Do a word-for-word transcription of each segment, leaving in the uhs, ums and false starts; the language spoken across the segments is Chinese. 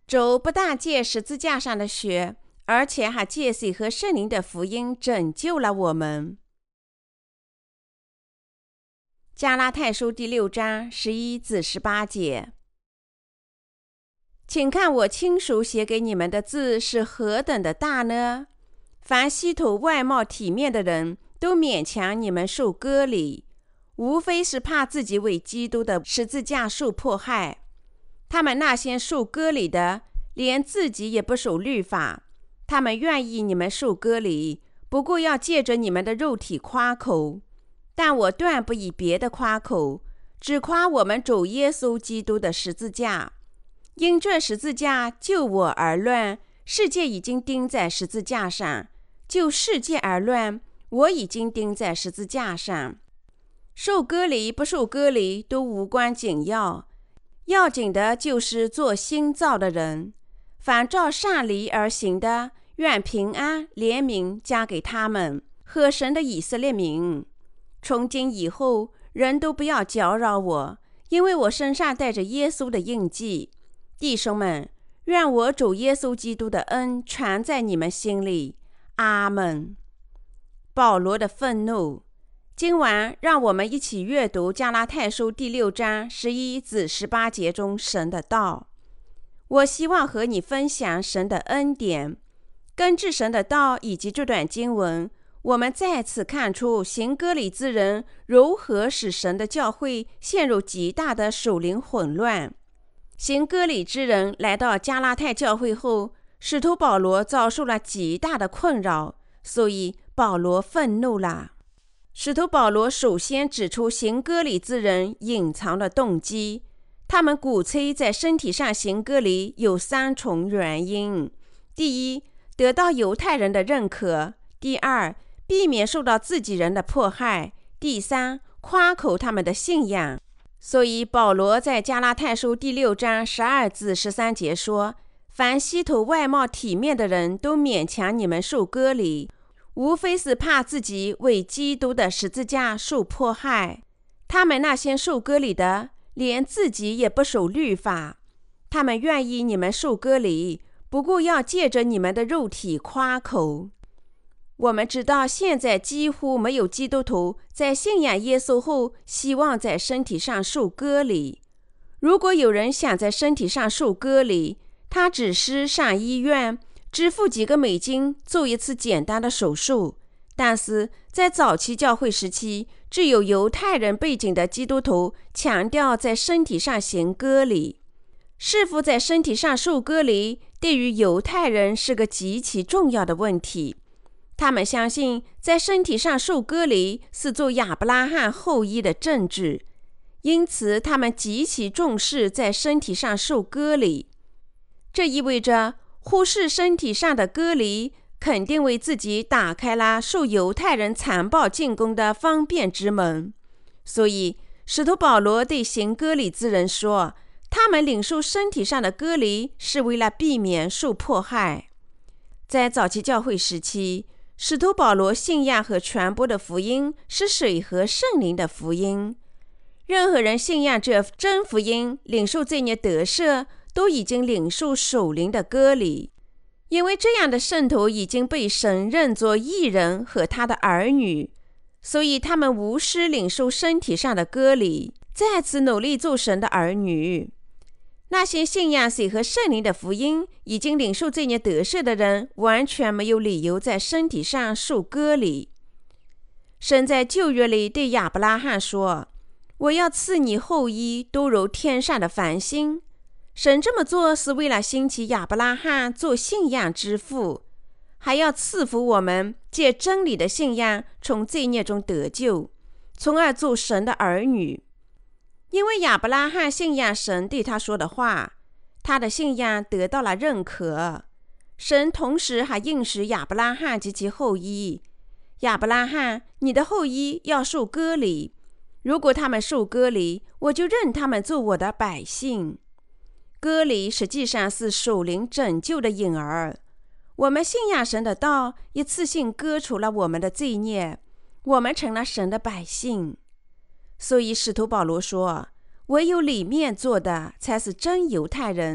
主不但借十字架上的血，而且还借水和圣灵的福音拯救了我们。加拉太书第六章十一至十八节，请看我亲属写给你们的字是何等的大呢？凡稀土外貌体面的人都勉强你们受割礼，无非是怕自己为基督的十字架受迫害。他们那些受割礼的，连自己也不守律法，他们愿意你们受割礼，不过要借着你们的肉体夸口。但我断不以别的夸口，只夸我们主耶稣基督的十字架。因这十字架就我而论，世界已经钉在十字架上；就世界而论，我已经钉在十字架上。受割礼不受割礼都无关紧要，要紧的就是做新造的人。凡照善理而行的，愿平安怜悯加给他们和神的以色列民。从今以后，人都不要搅扰我，因为我身上带着耶稣的印记。弟兄们，愿我主耶稣基督的恩传在你们心里。阿们。保罗的愤怒。今晚让我们一起阅读加拉太书第六章十一至十八节中神的道。我希望和你分享神的恩典。根据神的道以及这段经文，我们再次看出行割礼之人如何使神的教会陷入极大的属灵混乱。行割礼之人来到加拉太教会后，使徒保罗遭受了极大的困扰，所以保罗愤怒了。使徒保罗首先指出行割礼之人隐藏的动机，他们鼓吹在身体上行割礼有三重原因：第一，得到犹太人的认可；第二，避免受到自己人的迫害；第三，夸口他们的信仰。所以保罗在加拉太书第六章十二至十三节说，凡稀土外貌体面的人都勉强你们受割礼，无非是怕自己为基督的十字架受迫害。他们那些受割礼的，连自己也不守律法，他们愿意你们受割礼，不过要借着你们的肉体夸口。我们知道现在几乎没有基督徒在信仰耶稣后希望在身体上受割礼。如果有人想在身体上受割礼，他只是上医院支付几个美金做一次简单的手术。但是在早期教会时期，只有犹太人背景的基督徒强调在身体上行割礼。是否在身体上受割礼，对于犹太人是个极其重要的问题。他们相信在身体上受割礼是做亚伯拉罕后裔的证据，因此他们极其重视在身体上受割礼。这意味着忽视身体上的割礼，肯定为自己打开了受犹太人残暴进攻的方便之门。所以使徒保罗对行割礼之人说，他们领受身体上的割礼是为了避免受迫害。在早期教会时期，使徒保罗信仰和传播的福音是水和圣灵的福音。任何人信仰这真福音，领受罪孽得赦，都已经领受属灵的割礼。因为这样的圣徒已经被神认作义人和他的儿女，所以他们无需领受身体上的割礼，再次努力做神的儿女。那些信仰水和圣灵的福音，已经领受罪孽得赦的人，完全没有理由在身体上受割礼。神在旧约里对亚伯拉罕说，我要赐你后裔都如天上的繁星。神这么做是为了兴起亚伯拉罕做信仰之父，还要赐福我们借真理的信仰从罪孽中得救，从而做神的儿女。因为亚伯拉罕信仰神对他说的话，他的信仰得到了认可。神同时还应许亚伯拉罕及其后裔，亚伯拉罕，你的后裔要受割礼，如果他们受割礼，我就认他们做我的百姓。割礼实际上是属灵拯救的影儿。我们信仰神的道，一次性割除了我们的罪孽，我们成了神的百姓。所以使徒保罗说，唯有里面做的才是真犹太人，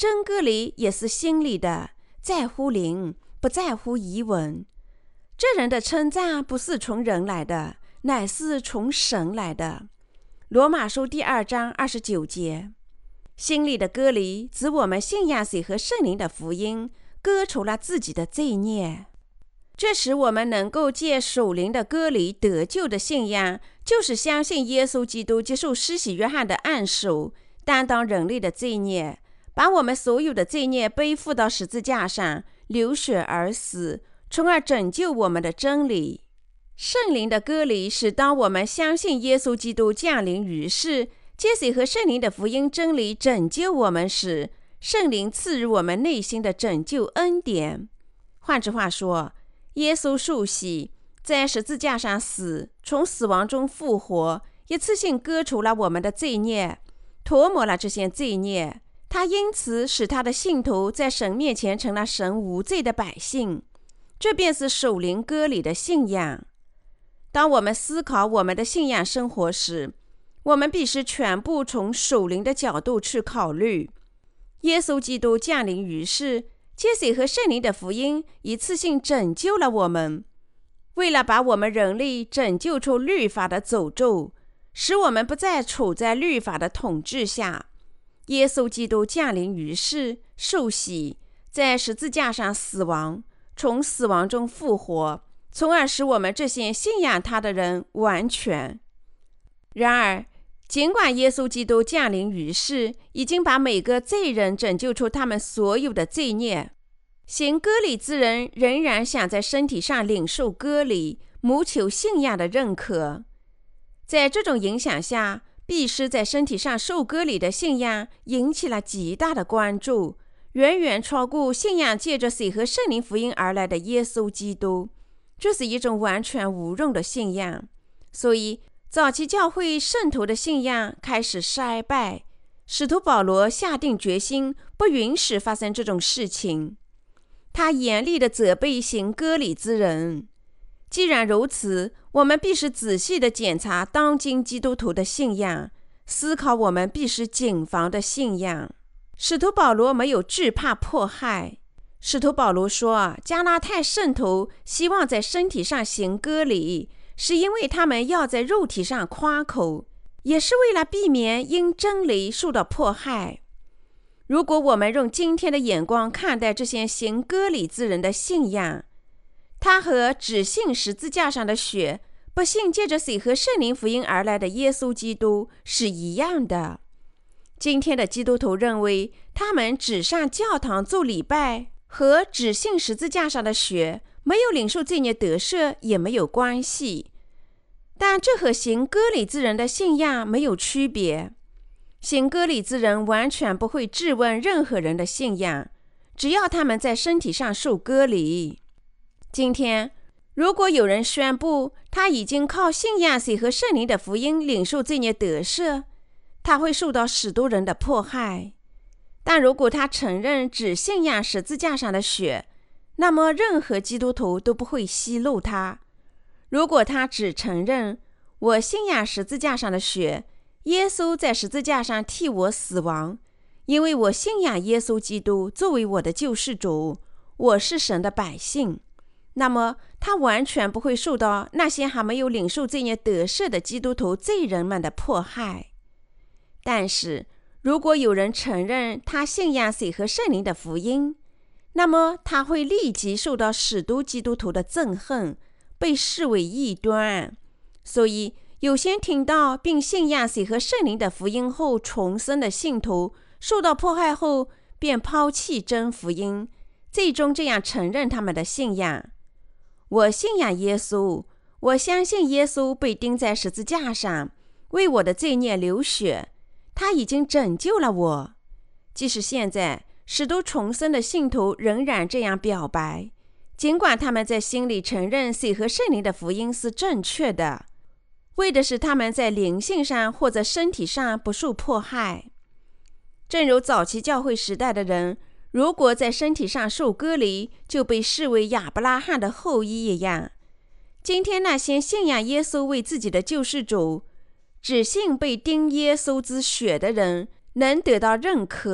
真割礼也是心里的，在乎灵，不在乎仪文。这人的称赞不是从人来的，乃是从神来的。罗马书第二章二十九节。心里的割礼指我们信仰水和圣灵的福音，割除了自己的罪孽。这使我们能够借属灵的割礼得救的信仰，就是相信耶稣基督接受施洗约翰的按手，担当人类的罪孽，把我们所有的罪孽背负到十字架上，流血而死，从而拯救我们的真理。圣灵的割礼是当我们相信耶稣基督降临于世，借水和圣灵的福音真理拯救我们时，圣灵赐予我们内心的拯救恩典。换句话说，耶稣受洗，在十字架上死，从死亡中复活，一次性割除了我们的罪孽，涂抹了这些罪孽。他因此使他的信徒在神面前成了神无罪的百姓。这便是属灵割礼的信仰。当我们思考我们的信仰生活时，我们必须全部从属灵的角度去考虑。耶稣基督降临于世，借水和圣灵的福音一次性拯救了我们。为了把我们人类拯救出律法的诅咒，使我们不再处在律法的统治下，耶稣基督降临于世，受洗，在十字架上死亡，从死亡中复活，从而使我们这些信仰他的人完全。然而，尽管耶稣基督降临于世，已经把每个罪人拯救出他们所有的罪孽，行割礼之人仍然想在身体上领受割礼，谋求信仰的认可。在这种影响下，必须在身体上受割礼的信仰引起了极大的关注，远远超过信仰借着水和圣灵福音而来的耶稣基督。这是一种完全无用的信仰。所以早期教会圣徒的信仰开始衰败，使徒保罗下定决心不允许发生这种事情。他严厉地责备行割礼之人。既然如此，我们必须仔细地检查当今基督徒的信仰，思考我们必须谨防的信仰。使徒保罗没有惧怕迫害。使徒保罗说，加拉太圣徒希望在身体上行割礼，是因为他们要在肉体上夸口，也是为了避免因真理受到迫害。如果我们用今天的眼光看待这些行割礼之人的信仰，他和只信十字架上的血，不信借着水和圣灵福音而来的耶稣基督是一样的。今天的基督徒认为，他们只上教堂做礼拜和只信十字架上的血，没有领受罪孽得赦也没有关系。但这和行割礼之人的信仰没有区别。行割礼之人完全不会质问任何人的信仰，只要他们在身体上受割礼。今天，如果有人宣布他已经靠信仰水和圣灵的福音领受罪孽得赦，他会受到许多人的迫害。但如果他承认只信仰十字架上的血，那么任何基督徒都不会奚落他。如果他只承认我信仰十字架上的血，耶稣在十字架上替我死亡，因为我信仰耶稣基督作为我的救世主，我是神的百姓，那么他完全不会受到那些还没有领受罪孽得赦的基督徒罪人们的迫害。但是如果有人承认他信仰水和圣灵的福音，那么他会立即受到许多基督徒的憎恨，被视为异端。所以有些听到并信仰水和圣灵的福音后重生的信徒，受到迫害后便抛弃真福音，最终这样承认他们的信仰。我信仰耶稣，我相信耶稣被钉在十字架上，为我的罪孽流血，他已经拯救了我。即使现在许多重生的信徒仍然这样表白，尽管他们在心里承认水和圣灵的福音是正确的，为的是他们在灵性上或者身体上不受迫害。正如早期教会时代的人，如果在身体上受割礼，就被视为亚伯拉罕的后裔一样。今天那些信仰耶稣为自己的救世主，只信被钉耶稣之血的人，能得到认可，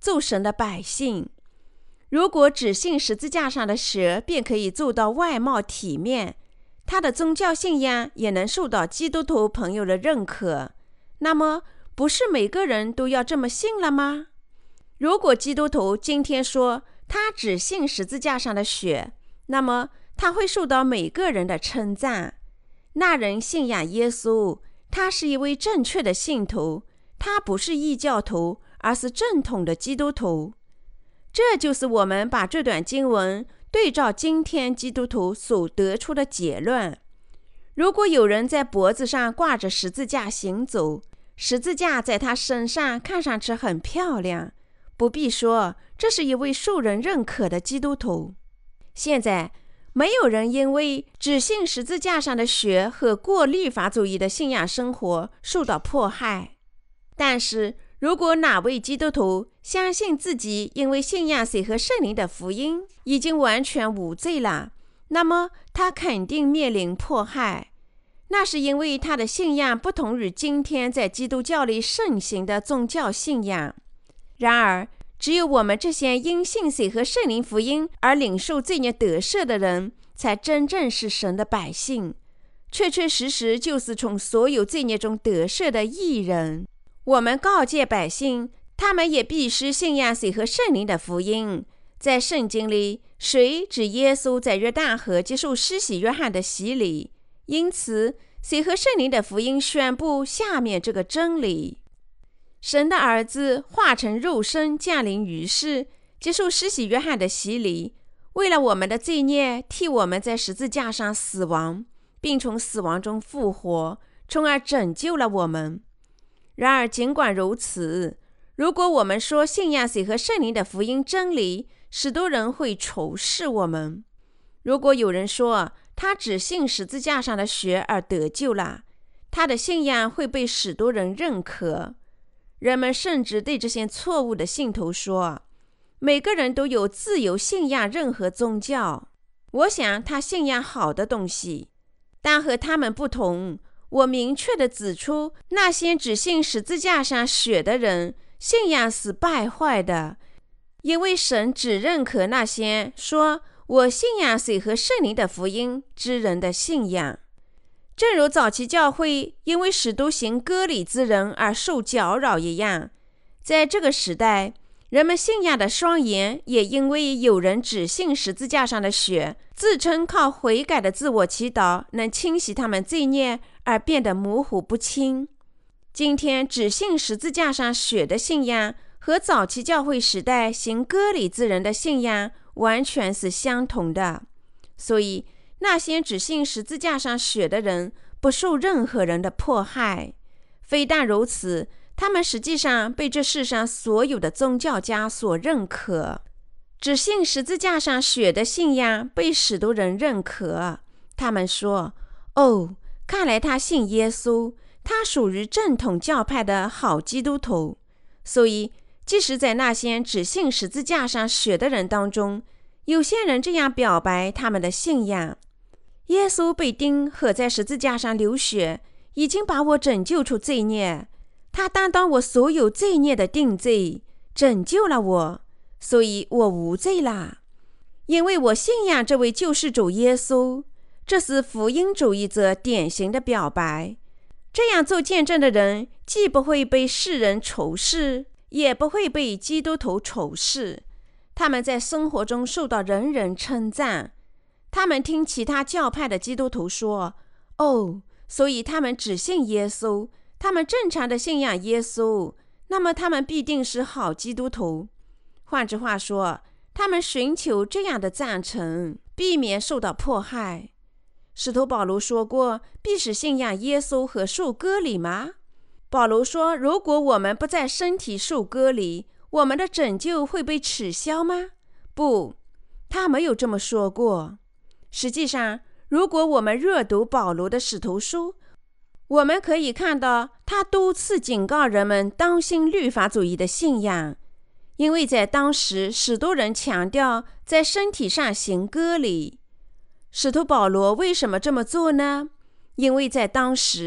做神的百姓。如果只信十字架上的血便可以做到外貌体面，他的宗教信仰也能受到基督徒朋友的认可，那么不是每个人都要这么信了吗？如果基督徒今天说他只信十字架上的血，那么他会受到每个人的称赞。那人信仰耶稣，他是一位正确的信徒，他不是异教徒，而是正统的基督徒。这就是我们把这段经文对照今天基督徒所得出的结论。如果有人在脖子上挂着十字架行走，十字架在他身上看上去很漂亮，不必说这是一位受人认可的基督徒。现在没有人因为只信十字架上的血和过律法主义的信仰生活受到迫害。但是如果哪位基督徒相信自己因为信仰水和圣灵的福音已经完全无罪了，那么他肯定面临迫害。那是因为他的信仰不同于今天在基督教里盛行的宗教信仰。然而只有我们这些因信水和圣灵福音而领受罪孽得赦的人，才真正是神的百姓，确确实实就是从所有罪孽中得赦的义人。我们告诫百姓，他们也必须信仰水和圣灵的福音。在圣经里，水指耶稣在约旦河接受施洗约翰的洗礼，因此水和圣灵的福音宣布下面这个真理：神的儿子化成肉身降临于世，接受施洗约翰的洗礼，为了我们的罪孽替我们在十字架上死亡，并从死亡中复活，从而拯救了我们。然而尽管如此，如果我们说信仰水和圣灵的福音真理，许多人会仇视我们。如果有人说他只信十字架上的血而得救了，他的信仰会被许多人认可。人们甚至对这些错误的信徒说，每个人都有自由信仰任何宗教。我想他信仰好的东西，但和他们不同。我明确地指出，那些只信十字架上血的人信仰是败坏的，因为神只认可那些说我信仰水和圣灵的福音之人的信仰。正如早期教会因为使徒行割礼之人而受搅扰一样，在这个时代，人们信仰的双眼也因为有人只信十字架上的血，自称靠悔改的自我祈祷能清洗他们罪孽，而变得模糊不清。今天只信十字架上血的信仰和早期教会时代行割礼之人的信仰完全是相同的，所以那些只信十字架上血的人不受任何人的迫害。非但如此，他们实际上被这世上所有的宗教家所认可。只信十字架上血的信仰被许多人认可，他们说，哦，看来他信耶稣，他属于正统教派的好基督徒。所以即使在那些只信十字架上血的人当中，有些人这样表白他们的信仰：耶稣被钉和在十字架上流血，已经把我拯救出罪孽，他担当我所有罪孽的定罪，拯救了我，所以我无罪啦。因为我信仰这位救世主耶稣。这是福音主义者典型的表白。这样做见证的人既不会被世人仇视，也不会被基督徒仇视。他们在生活中受到人人称赞。他们听其他教派的基督徒说，哦，所以他们只信耶稣，他们正常的信仰耶稣，那么他们必定是好基督徒。换句话说，他们寻求这样的赞成，避免受到迫害。使徒保罗说过，必使信仰耶稣和受割礼吗？保罗说，如果我们不在身体受割礼，我们的拯救会被耻笑吗？不，他没有这么说过。实际上，如果我们阅读保罗的使徒书，我们可以看到他多次警告人们当心律法主义的信仰，因为在当时许多人强调在身体上行割礼。使徒保罗为什么这么做呢？因为在当时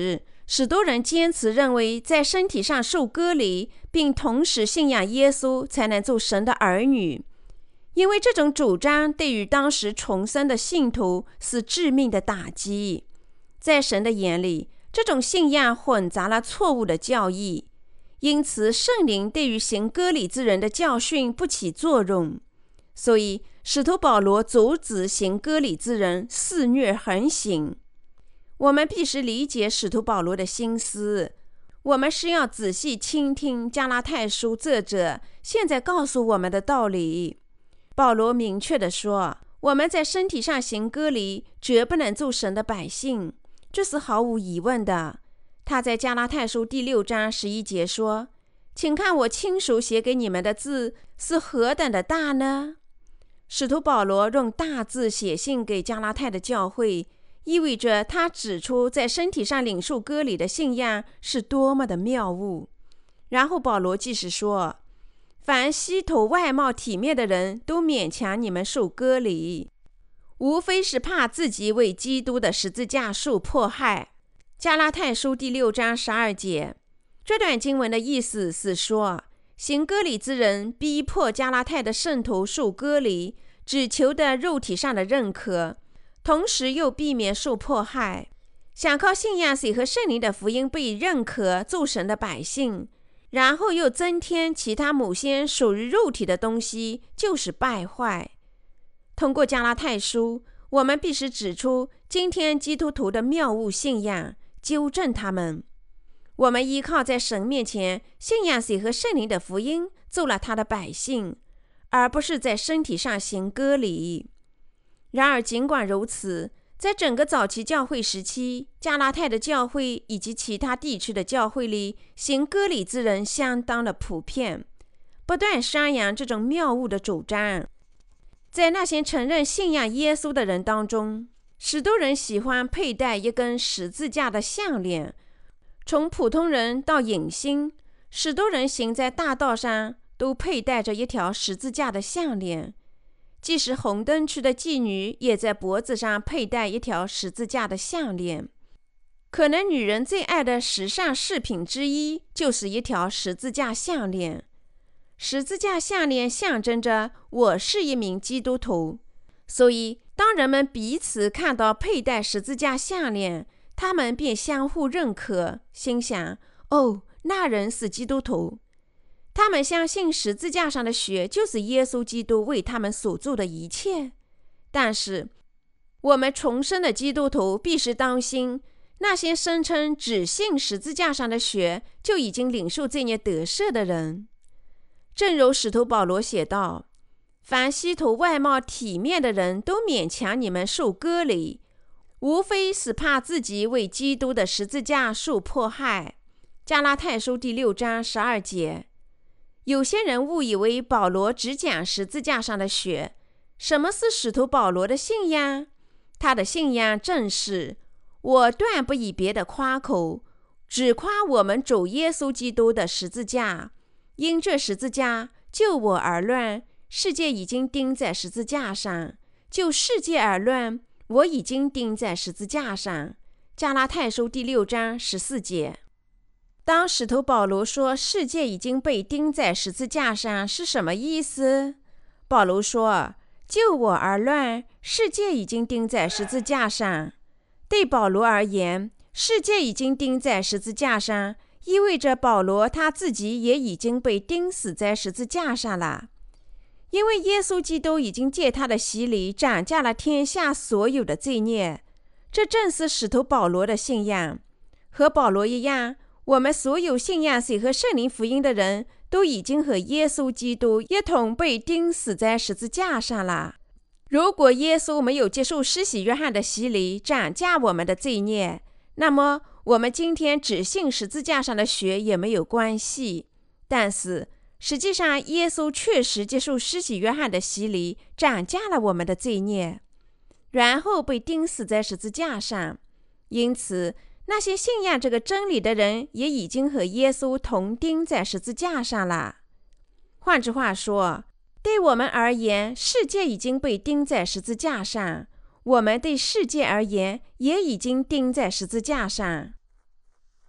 许多人坚持认为，在身体上受割礼，并同时信仰耶稣，才能做神的儿女。因为这种主张对于当时重生的信徒是致命的打击。在神的眼里，这种信仰混杂了错误的教义，因此圣灵对于行割礼之人的教训不起作用。所以使徒保罗阻止行割礼之人肆虐横行。我们必须理解使徒保罗的心思，我们是要仔细倾听加拉太书作者现在告诉我们的道理。保罗明确地说，我们在身体上行割礼，绝不能做神的百姓，这是毫无疑问的。他在加拉太书第六章十一节说，请看我亲手写给你们的字是何等的大呢？使徒保罗用大字写信给加拉太的教会，意味着他指出在身体上领受割礼的信仰是多么的谬误。然后保罗继续说，凡稀头外貌体面的人都勉强你们受割礼，无非是怕自己为基督的十字架受迫害。加拉太书第六章十二节，这段经文的意思是说，行割礼之人逼迫加拉太的圣徒受割礼，只求得肉体上的认可，同时又避免受迫害，想靠信仰水和圣灵的福音被认可，做神的百姓，然后又增添其他某些属于肉体的东西，就是败坏。通过加拉太书，我们必须指出今天基督徒的谬误信仰，纠正他们。我们依靠在神面前信仰水和圣灵的福音，做了他的百姓，而不是在身体上行割礼。然而尽管如此，在整个早期教会时期，加拉太的教会以及其他地区的教会里，行割礼之人相当的普遍，不断宣扬这种谬误的主张。在那些承认信仰耶稣的人当中，许多人喜欢佩戴一根十字架的项链，从普通人到影星，许多人行在大道上都佩戴着一条十字架的项链。即使红灯区的妓女也在脖子上佩戴一条十字架的项链。可能女人最爱的时尚饰品之一就是一条十字架项链。十字架项链象征着我是一名基督徒，所以当人们彼此看到佩戴十字架项链，他们便相互认可，心想，哦，那人是基督徒。他们相信十字架上的血就是耶稣基督为他们所做的一切。但是我们重生的基督徒必须当心那些声称只信十字架上的血就已经领受罪孽得赦的人。正如使徒保罗写道，凡稀头外貌体面的人都勉强你们受割礼，无非是怕自己为基督的十字架受迫害。加拉太书第六章十二节。有些人误以为保罗只讲十字架上的血。什么是使徒保罗的信仰？他的信仰正是，我断不以别的夸口，只夸我们主耶稣基督的十字架。因这十字架，就我而论，世界已经钉在十字架上；就世界而论，我已经钉在十字架上。加拉太书第六章十四节。当使徒保罗说世界已经被钉在十字架上是什么意思？保罗说，就我而论，世界已经钉在十字架上。对保罗而言，世界已经钉在十字架上，意味着保罗他自己也已经被钉死在十字架上了。因为耶稣基督已经借他的洗礼斩价了天下所有的罪孽。这正是使徒保罗的信仰。和保罗一样，我们所有信仰水和圣灵福音的人都已经和耶稣基督一同被钉死在十字架上了。如果耶稣没有接受施洗约翰的洗礼斩价我们的罪孽，那么我们今天只信十字架上的血也没有关系。但是实际上耶稣确实接受施洗约翰的洗礼斩价了我们的罪孽，然后被钉死在十字架上。因此那些信仰这个真理的人也已经和耶稣同钉在十字架上了。换句话说，对我们而言，世界已经被钉在十字架上，我们对世界而言也已经钉在十字架上。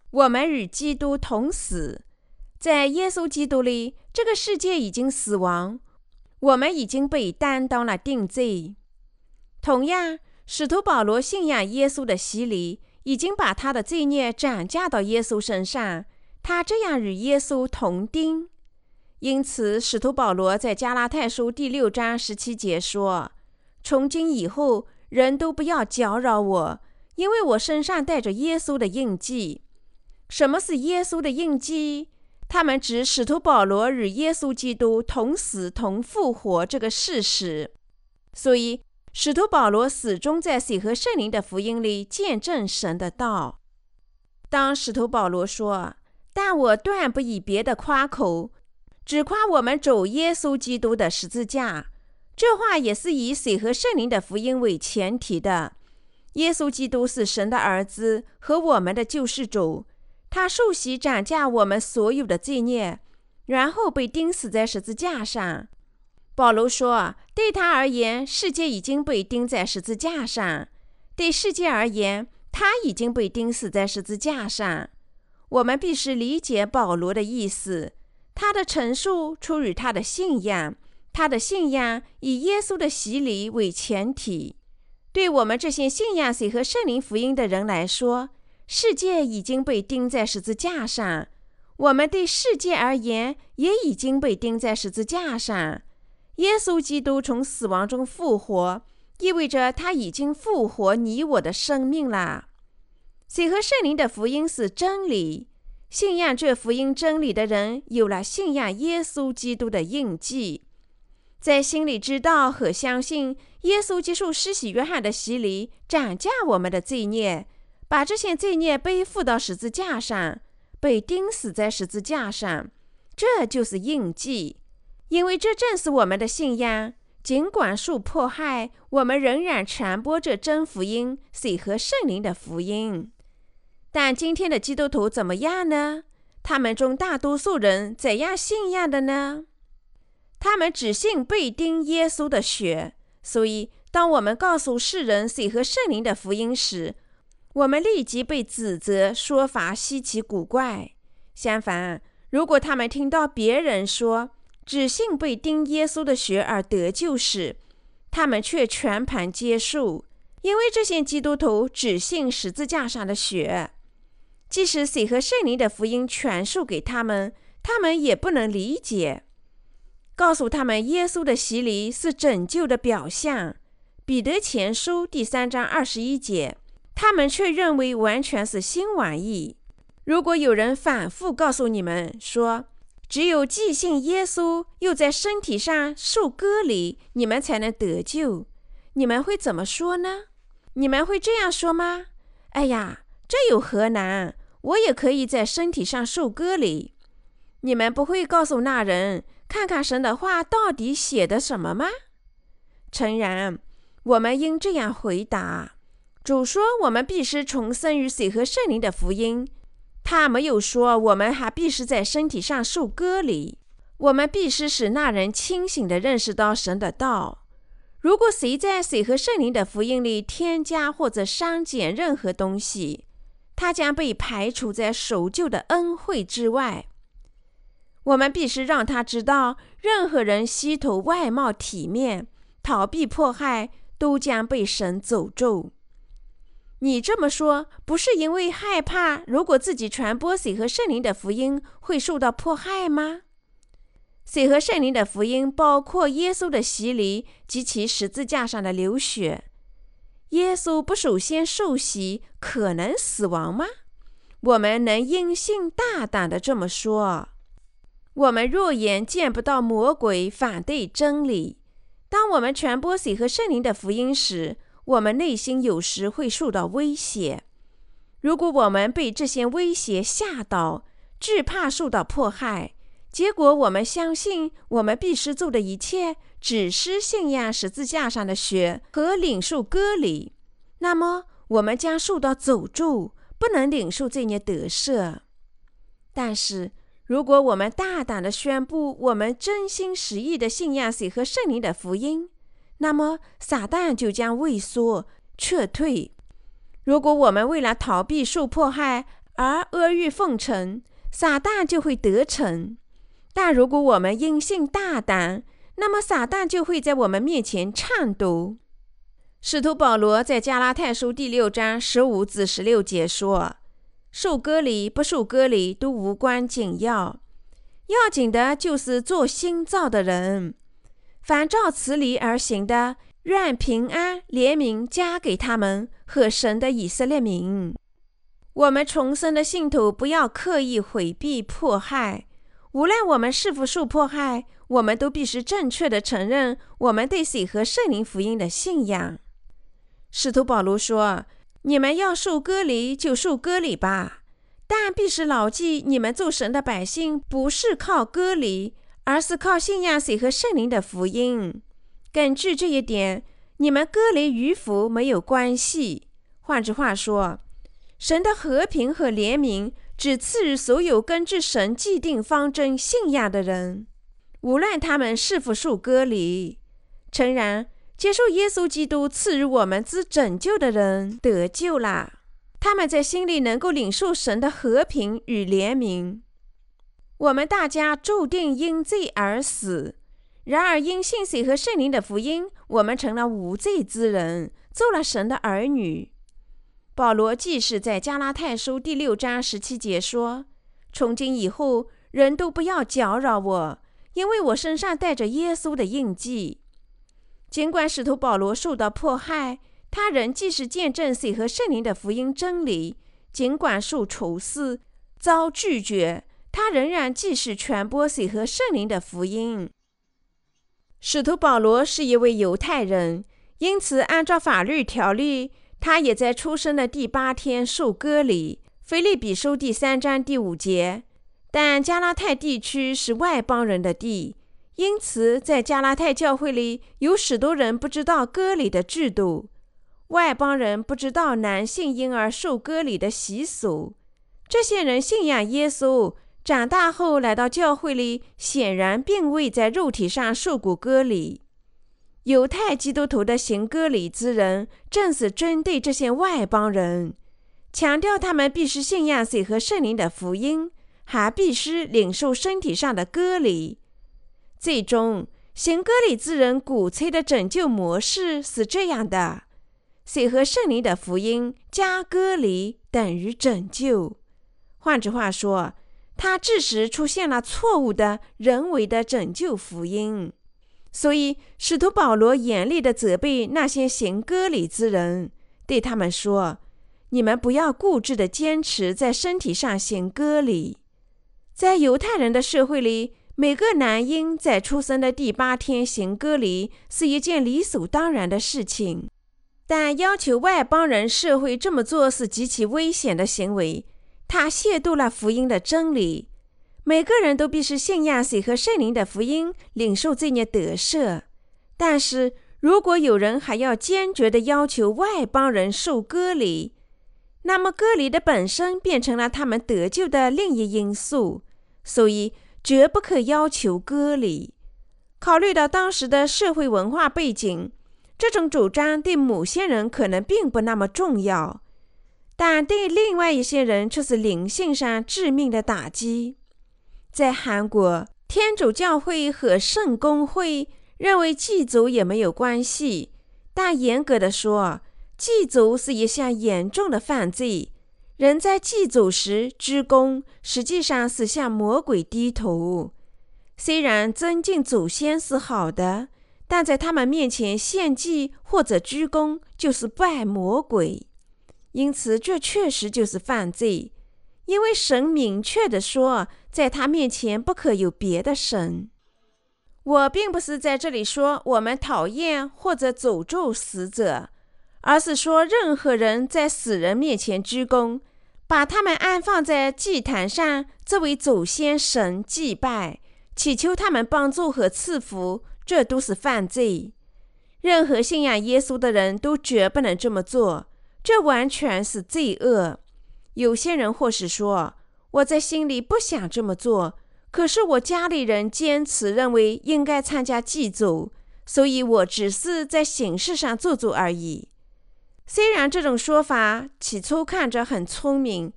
我们与基督同死，在耶稣基督里，这个世界已经死亡，我们已经被担当了定罪。同样，使徒保罗信仰耶稣的洗礼，已经把他的罪孽转嫁到耶稣身上，他这样与耶稣同钉。因此，使徒保罗在加拉太书第六章十七节说：从今以后，人都不要搅扰我，因为我身上带着耶稣的印记。什么是耶稣的印记？他们指使徒保罗与耶稣基督同死同复活这个事实。所以，使徒保罗始终在水和圣灵的福音里见证神的道。当使徒保罗说：但我断不以别的夸口，只夸我们主耶稣基督的十字架，这话也是以水和圣灵的福音为前提的。耶稣基督是神的儿子和我们的救世主，他受洗斩价我们所有的罪孽，然后被钉死在十字架上。保罗说，对他而言，世界已经被钉在十字架上，对世界而言，他已经被钉死在十字架上。我们必须理解保罗的意思，他的陈述出于他的信仰，他的信仰以耶稣的洗礼为前提。对我们这些信仰水和圣灵福音的人来说，世界已经被钉在十字架上，我们对世界而言也已经被钉在十字架上。耶稣基督从死亡中复活，意味着他已经复活你我的生命了。水和圣灵的福音是真理，信仰这福音真理的人有了信仰耶稣基督的印记，在心里知道和相信耶稣接受施洗约翰的洗礼，斩价我们的罪孽，把这些罪孽背负到十字架上，被钉死在十字架上，这就是印记。因为这正是我们的信仰，尽管受迫害，我们仍然传播这真福音，水和圣灵的福音。但今天的基督徒怎么样呢？他们中大多数人怎样信仰的呢？他们只信被钉耶稣的血，所以当我们告诉世人水和圣灵的福音时，我们立即被指责说法稀奇古怪。相反，如果他们听到别人说只信被钉耶稣的血而得救时，他们却全盘接受，因为这些基督徒只信十字架上的血。即使水和圣灵的福音传授给他们，他们也不能理解。告诉他们耶稣的洗礼是拯救的表象，彼得前书第三章二十一节，他们却认为完全是新玩意。如果有人反复告诉你们说，只有既信耶稣又在身体上受割礼，你们才能得救，你们会怎么说呢？你们会这样说吗？哎呀，这有何难？我也可以在身体上受割礼。你们不会告诉那人，看看神的话到底写的什么吗？诚然，我们应这样回答：主说我们必须重生于水和圣灵的福音，他没有说我们还必须在身体上受割礼。我们必须使那人清醒地认识到神的道。如果谁在水和圣灵的福音里添加或者删减任何东西，他将被排除在守旧的恩惠之外。我们必须让他知道，任何人希图外貌体面，逃避迫害，都将被神诅咒。你这么说，不是因为害怕如果自己传播水和圣灵的福音会受到迫害吗？水和圣灵的福音包括耶稣的洗礼及其十字架上的流血。耶稣不首先受洗，可能死亡吗？我们能因信大胆地这么说。我们肉眼见不到魔鬼反对真理。当我们传播水和圣灵的福音时，我们内心有时会受到威胁。如果我们被这些威胁吓倒，惧怕受到迫害，结果我们相信我们必须做的一切只是信仰十字架上的血和领受割礼，那么我们将受到诅咒，不能领受罪孽得赦。但是如果我们大胆地宣布我们真心实意的信仰水和圣灵的福音，那么撒旦就将畏缩撤退。如果我们为了逃避受迫害而阿谀奉承，撒旦就会得逞。但如果我们因信大胆，那么撒旦就会在我们面前颤抖。使徒保罗在加拉太书第六章十五至十六节说，受割礼不受割礼都无关紧要，要紧的就是做新造的人。凡照此理而行的，愿平安怜悯加给他们和神的以色列民。我们重生的信徒不要刻意回避迫害，无论我们是否受迫害，我们都必须正确地承认我们对水和圣灵福音的信仰。使徒保罗说，你们要受割礼就受割礼吧，但必须牢记，你们做神的百姓不是靠割礼，而是靠信仰水和圣灵的福音。根据这一点，你们割礼与否没有关系。换句话说，神的和平和怜悯只赐予所有根据神既定方针信仰的人，无论他们是否受割礼。诚然，接受耶稣基督赐予我们之拯救的人得救了，他们在心里能够领受神的和平与怜悯。我们大家注定因罪而死，然而因信水和圣灵的福音，我们成了无罪之人，做了神的儿女。保罗继续在加拉太书第六章十七节说，从今以后，人都不要搅扰我，因为我身上带着耶稣的印记。尽管使徒保罗受到迫害，他仍继续见证水和圣灵的福音真理，尽管受仇视、遭拒绝，他仍然继续传播水和圣灵的福音。使徒保罗是一位犹太人，因此按照法律条例，他也在出生的第八天受割礼，腓立比书第三章第五节。但加拉太地区是外邦人的地，因此在加拉太教会里有许多人不知道割礼的制度，外邦人不知道男性婴儿受割礼的习俗。这些人信仰耶稣，长大后来到教会里，显然并未在肉体上受过割礼。犹太基督徒的行割礼之人，正是针对这些外邦人，强调他们必须信仰水和圣灵的福音，还必须领受身体上的割礼。最终，行割礼之人鼓吹的拯救模式是这样的：水和圣灵的福音加割礼等于拯救。换句话说，它致使出现了错误的人为的拯救福音。所以使徒保罗严厉地责备那些行割礼之人，对他们说，你们不要固执地坚持在身体上行割礼。在犹太人的社会里，每个男婴在出生的第八天行割礼是一件理所当然的事情，但要求外邦人社会这么做是极其危险的行为，他亵渎了福音的真理。每个人都必须信仰水和圣灵的福音，领受罪孽得赦。但是如果有人还要坚决地要求外邦人受割礼，那么割礼的本身变成了他们得救的另一因素，所以绝不可要求割礼。考虑到当时的社会文化背景，这种主张对某些人可能并不那么重要，但对另外一些人却是灵性上致命的打击。在韩国，天主教会和圣公会认为祭祖也没有关系，但严格的说，祭祖是一项严重的犯罪。人在祭祖时鞠躬，实际上是向魔鬼低头。虽然尊敬祖先是好的，但在他们面前献祭或者鞠躬就是拜魔鬼，因此这确实就是犯罪。因为神明确地说，在他面前不可有别的神。我并不是在这里说我们讨厌或者诅咒死者，而是说任何人在死人面前鞠躬，把他们安放在祭坛上作为祖先神祭拜，祈求他们帮助和赐福，这都是犯罪。任何信仰耶稣的人都绝不能这么做，这完全是罪恶。有些人或是说，我在心里不想这么做，可是我家里人坚持认为应该参加祭祖，所以我只是在形式上做做而已。虽然这种说法起初看着很聪明，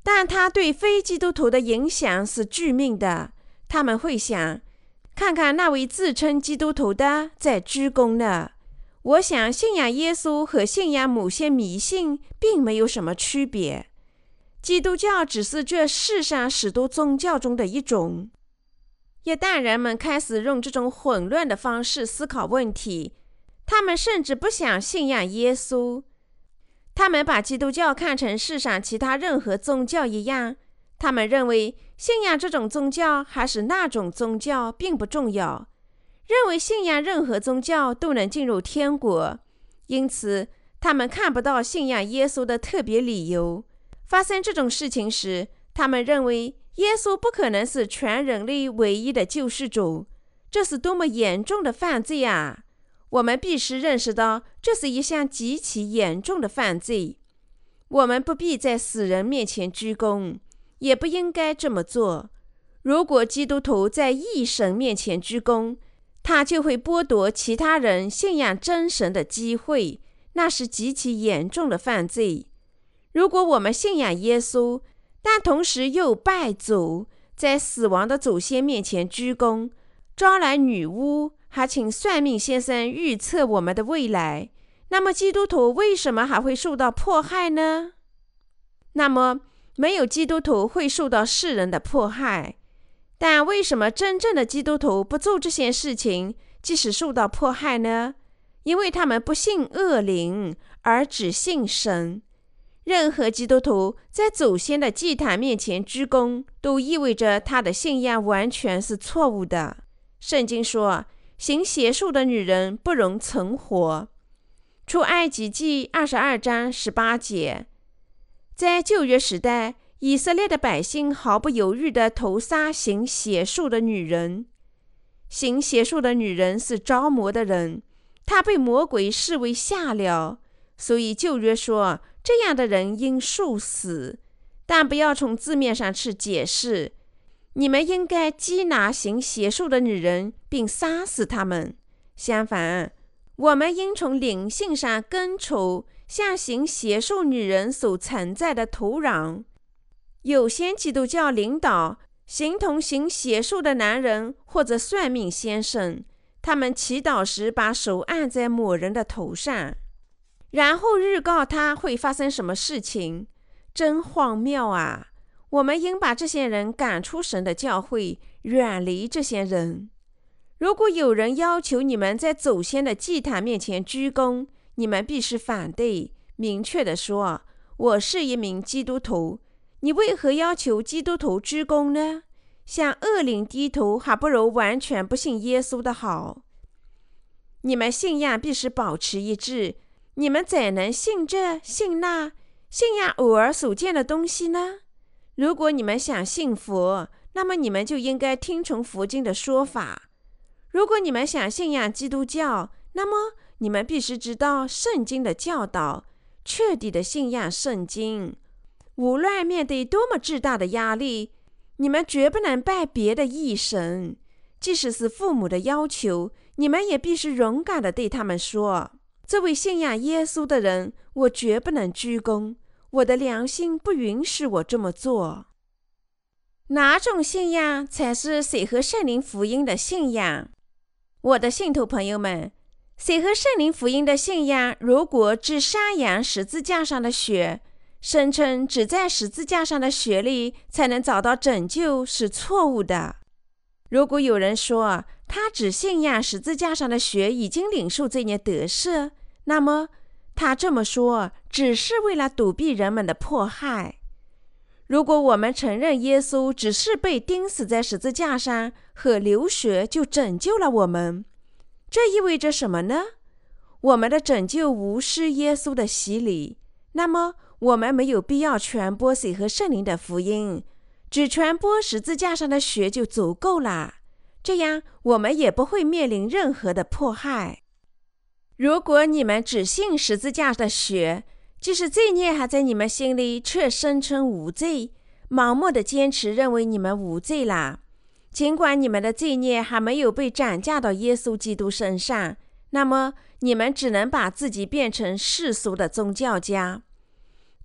但它对非基督徒的影响是致命的。他们会想，看看那位自称基督徒的在鞠躬呢。我想信仰耶稣和信仰某些迷信并没有什么区别。基督教只是这世上许多宗教中的一种。一旦人们开始用这种混乱的方式思考问题，他们甚至不想信仰耶稣。他们把基督教看成世上其他任何宗教一样，他们认为信仰这种宗教还是那种宗教并不重要，认为信仰任何宗教都能进入天国，因此他们看不到信仰耶稣的特别理由。发生这种事情时，他们认为耶稣不可能是全人类唯一的救世主，这是多么严重的犯罪啊！我们必须认识到，这是一项极其严重的犯罪。我们不必在死人面前鞠躬，也不应该这么做。如果基督徒在异神面前鞠躬，他就会剥夺其他人信仰真神的机会，那是极其严重的犯罪。如果我们信仰耶稣，但同时又拜祖，在死亡的祖先面前鞠躬，招来女巫，还请算命先生预测我们的未来，那么基督徒为什么还会受到迫害呢？那么没有基督徒会受到世人的迫害，但为什么真正的基督徒不做这些事情，即使受到迫害呢？因为他们不信恶灵，而只信神。任何基督徒在祖先的祭坛面前鞠躬，都意味着他的信仰完全是错误的。圣经说，行邪术的女人不容存活。出埃及记二十二章十八节。在旧约时代，以色列的百姓毫不犹豫地屠杀行邪术的女人。行邪术的女人是着魔的人，她被魔鬼视为下流，所以旧约说这样的人应受死。但不要从字面上去解释，你们应该缉拿行邪术的女人并杀死她们。相反，我们应从灵性上根除像行邪术女人所存在的土壤。有些基督教领导形同行邪术的男人或者算命先生，他们祈祷时把手按在某人的头上，然后预告他会发生什么事情。真荒谬啊！我们应把这些人赶出神的教会，远离这些人。如果有人要求你们在祖先的祭坛面前鞠躬，你们必须反对，明确地说，我是一名基督徒。你为何要求基督徒鞠躬呢？向恶灵低头还不如完全不信耶稣的好。你们信仰必须保持一致，你们怎能信这信那，信仰偶尔所见的东西呢？如果你们想信佛，那么你们就应该听从佛经的说法。如果你们想信仰基督教，那么你们必须知道圣经的教导，彻底的信仰圣经。无论面对多么巨大的压力，你们绝不能拜别的异神。即使是父母的要求，你们也必须勇敢地对他们说，这位信仰耶稣的人，我绝不能鞠躬，我的良心不允许我这么做。哪种信仰才是水和圣灵福音的信仰？我的信徒朋友们，水和圣灵福音的信仰如果只山羊十字架上的血，声称只在十字架上的血里才能找到拯救，是错误的。如果有人说他只信仰十字架上的血已经领受这些得赦，那么他这么说只是为了躲避人们的迫害。如果我们承认耶稣只是被钉死在十字架上和流血就拯救了我们，这意味着什么呢？我们的拯救无视耶稣的洗礼，那么我们没有必要传播水和圣灵的福音，只传播十字架上的血就足够了，这样我们也不会面临任何的迫害。如果你们只信十字架的血，即使罪孽还在你们心里，却声称无罪，盲目的坚持认为你们无罪啦，尽管你们的罪孽还没有被转嫁到耶稣基督身上，那么你们只能把自己变成世俗的宗教家。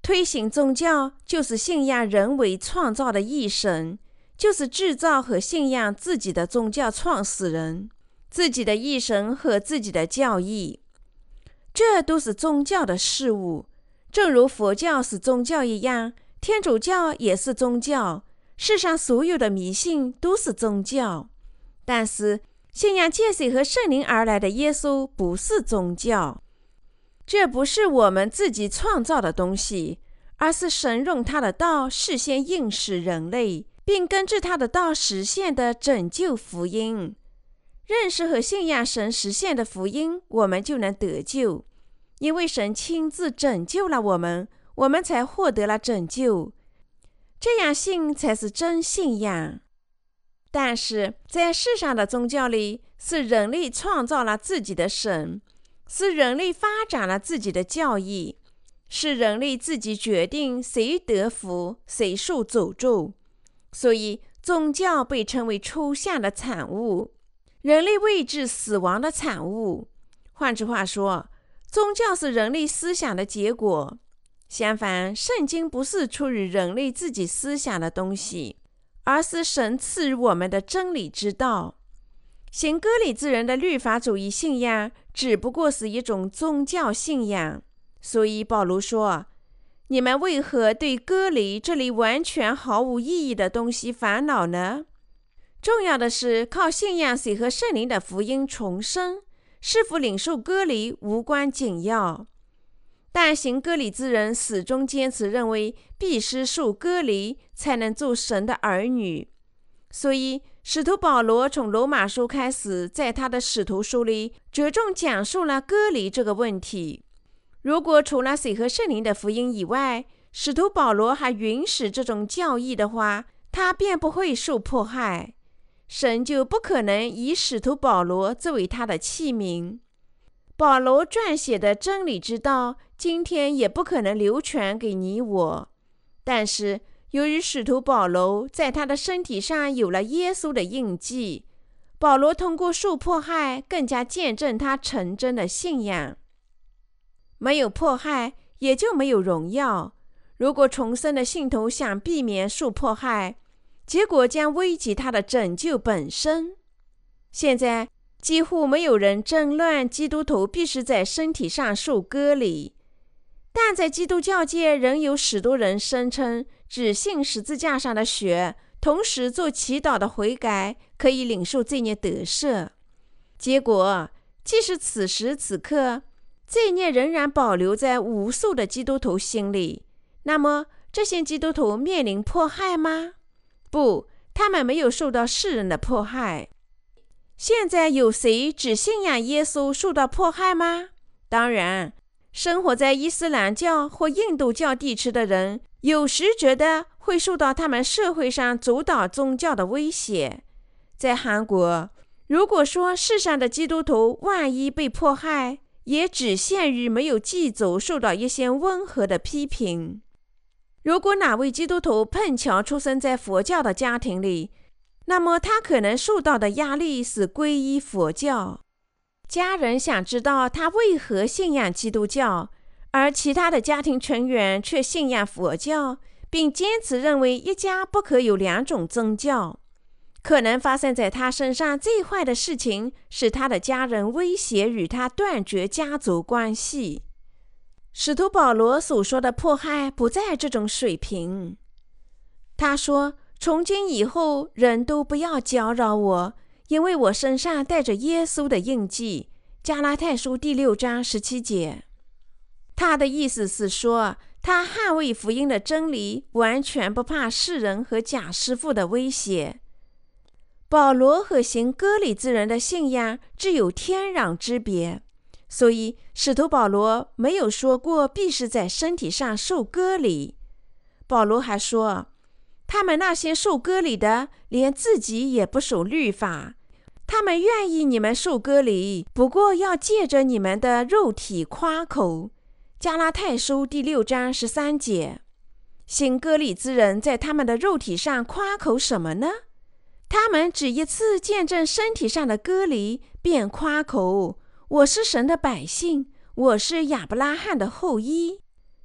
推行宗教就是信仰人为创造的义神，就是制造和信仰自己的宗教创始人，自己的义神和自己的教义。这都是宗教的事物，正如佛教是宗教一样，天主教也是宗教，世上所有的迷信都是宗教。但是信仰借水和圣灵而来的耶稣不是宗教，这不是我们自己创造的东西，而是神用他的道事先应许人类，并根据他的道实现的拯救福音。认识和信仰神实现的福音，我们就能得救，因为神亲自拯救了我们，我们才获得了拯救。这样信才是真信仰。但是在世上的宗教里，是人类创造了自己的神，是人类发展了自己的教义，是人类自己决定谁得福，谁受诅咒。所以宗教被称为抽象的产物，人类位置死亡的产物。换句话说，宗教是人类思想的结果。相反，圣经不是出于人类自己思想的东西，而是神赐予我们的真理之道。行割礼之人的律法主义信仰只不过是一种宗教信仰。所以保罗说，你们为何对割礼这里完全毫无意义的东西烦恼呢？重要的是靠信仰水和圣灵的福音重生，是否领受割礼无关紧要。但行割礼之人始终坚持认为必须受割礼才能做神的儿女。所以使徒保罗从罗马书开始，在他的使徒书里着重讲述了割礼这个问题。如果除了水和圣灵的福音以外，使徒保罗还允许这种教义的话，他便不会受迫害，神就不可能以使徒保罗作为他的器皿。保罗撰写的真理之道今天也不可能流传给你我。但是由于使徒保罗在他的身体上有了耶稣的印记，保罗通过受迫害更加见证他成真的信仰。没有迫害，也就没有荣耀。如果重生的信徒想避免受迫害，结果将危及他的拯救本身。现在几乎没有人争论基督徒必须在身体上受割礼，但在基督教界仍有许多人声称只信十字架上的血，同时做祈祷的悔改，可以领受罪孽得赦。结果即使此时此刻罪孽仍然保留在无数的基督徒心里，那么这些基督徒面临迫害吗？不，他们没有受到世人的迫害。现在有谁只信仰耶稣受到迫害吗？当然，生活在伊斯兰教或印度教地区的人，有时觉得会受到他们社会上主导宗教的威胁。在韩国，如果说世上的基督徒万一被迫害，也只限于没有祭祖受到一些温和的批评。如果哪位基督徒碰巧出生在佛教的家庭里，那么他可能受到的压力是皈依佛教。家人想知道他为何信仰基督教，而其他的家庭成员却信仰佛教，并坚持认为一家不可有两种宗教。可能发生在他身上最坏的事情是他的家人威胁与他断绝家族关系。使徒保罗所说的迫害不在这种水平。他说，从今以后人都不要搅扰我，因为我身上带着耶稣的印记。加拉太书第六章十七节。他的意思是说，他捍卫福音的真理，完全不怕世人和假师傅的威胁。保罗和行割礼之人的信仰只有天壤之别，所以使徒保罗没有说过必须在身体上受割礼。保罗还说，他们那些受割礼的连自己也不守律法，他们愿意你们受割礼，不过要借着你们的肉体夸口。加拉太书第六章十三节。行割礼之人在他们的肉体上夸口什么呢？他们只一次见证身体上的割礼，便夸口，我是神的百姓，我是亚伯拉罕的后裔。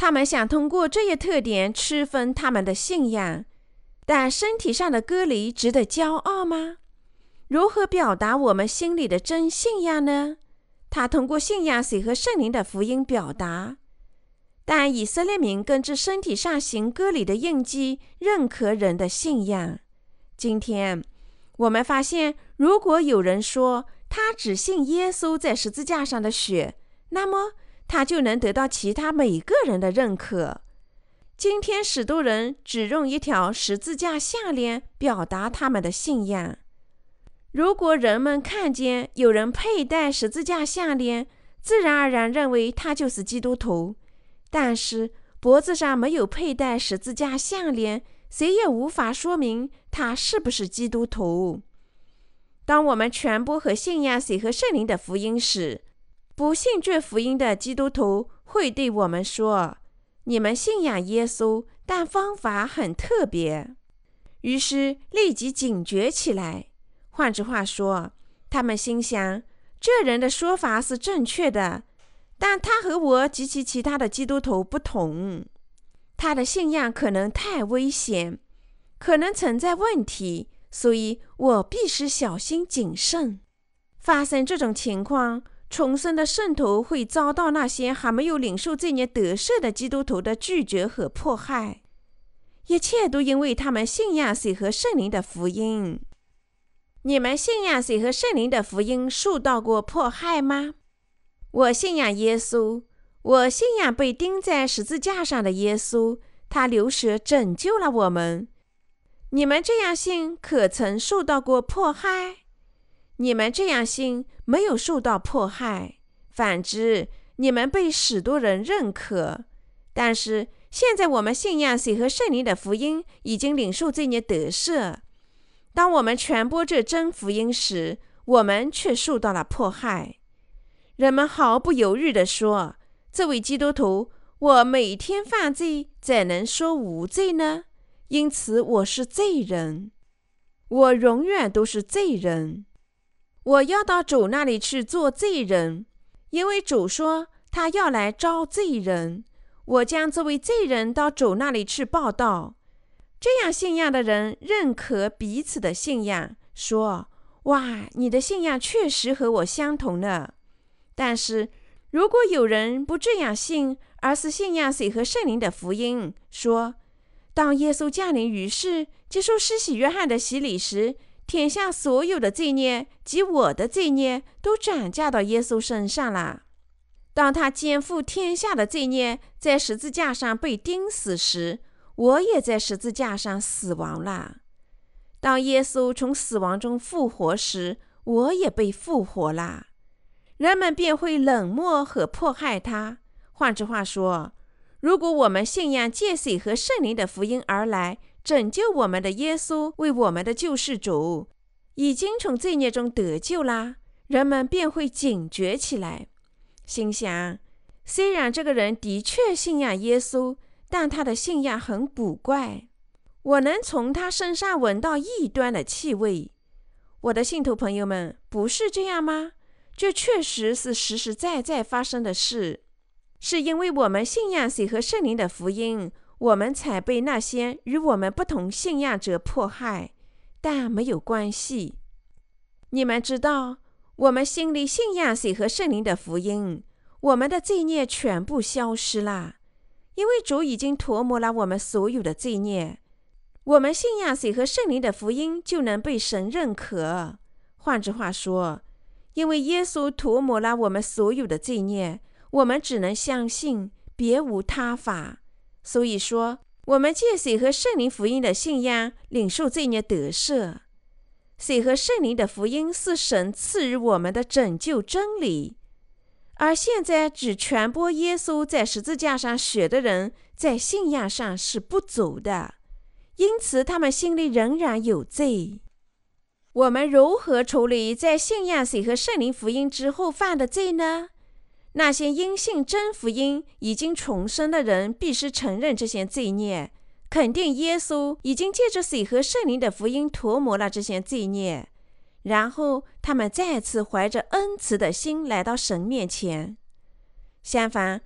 他们想通过这一特点区分他们的信仰，但身体上的割礼值得骄傲吗？如何表达我们心里的真信仰呢？他通过信仰水和圣灵的福音表达。但以色列民根据身体上行割礼的印记认可人的信仰。今天我们发现，如果有人说他只信耶稣在十字架上的血，那么他就能得到其他每个人的认可。今天许多人只用一条十字架项链表达他们的信仰。如果人们看见有人佩戴十字架项链，自然而然认为他就是基督徒。但是脖子上没有佩戴十字架项链，谁也无法说明他是不是基督徒。当我们传播和信仰水和圣灵的福音时，不信这福音的基督徒会对我们说，你们信仰耶稣，但方法很特别。于是立即警觉起来。换句话说，他们心想，这人的说法是正确的，但他和我及其其他的基督徒不同，他的信仰可能太危险，可能存在问题，所以我必须小心谨慎。发生这种情况，重生的圣徒会遭到那些还没有领受罪孽得赦的基督徒的拒绝和迫害，一切都因为他们信仰水和圣灵的福音。你们信仰水和圣灵的福音受到过迫害吗？我信仰耶稣，我信仰被钉在十字架上的耶稣，他流血拯救了我们。你们这样信可曾受到过迫害？你们这样信没有受到迫害，反之，你们被许多人认可。但是现在我们信仰水和圣灵的福音，已经领受罪孽得赦。当我们传播这真福音时，我们却受到了迫害。人们毫不犹豫地说，这位基督徒，我每天犯罪，怎能说无罪呢？因此我是罪人，我永远都是罪人。我要到主那里去做罪人，因为主说他要来招罪人。我将这位罪人到主那里去报道。这样信仰的人认可彼此的信仰，说，哇，你的信仰确实和我相同呢。但是如果有人不这样信，而是信仰水和圣灵的福音，说，当耶稣降临于世，接受施洗约翰的洗礼时，天下所有的罪孽及我的罪孽都转嫁到耶稣身上了。当他肩负天下的罪孽，在十字架上被钉死时，我也在十字架上死亡了。当耶稣从死亡中复活时，我也被复活了。人们便会冷漠和迫害他。换句话说，如果我们信仰借水和圣灵的福音而来，拯救我们的耶稣为我们的救世主，已经从罪孽中得救啦，人们便会警觉起来，心想，虽然这个人的确信仰耶稣，但他的信仰很古怪，我能从他身上闻到异端的气味。我的信徒朋友们，不是这样吗？这确实是实实在在发生的事。是因为我们信仰水和圣灵的福音，我们才被那些与我们不同信仰者迫害，但没有关系。你们知道，我们心里信仰水和圣灵的福音，我们的罪孽全部消失了。因为主已经涂抹了我们所有的罪孽，我们信仰水和圣灵的福音就能被神认可。换句话说，因为耶稣涂抹了我们所有的罪孽，我们只能相信，别无他法。所以说，我们借水和圣灵福音的信仰领受罪孽得赦。水和圣灵的福音是神赐予我们的拯救真理。而现在只传播耶稣在十字架上血的人，在信仰上是不足的，因此他们心里仍然有罪。我们如何处理在信仰水和圣灵福音之后犯的罪呢？那些因信真福音已经重生的人必须承认这些罪孽，肯定耶稣已经借着水和圣灵的福音涂抹了这些罪孽，然后他们再次怀着恩慈的心来到神面前。相反，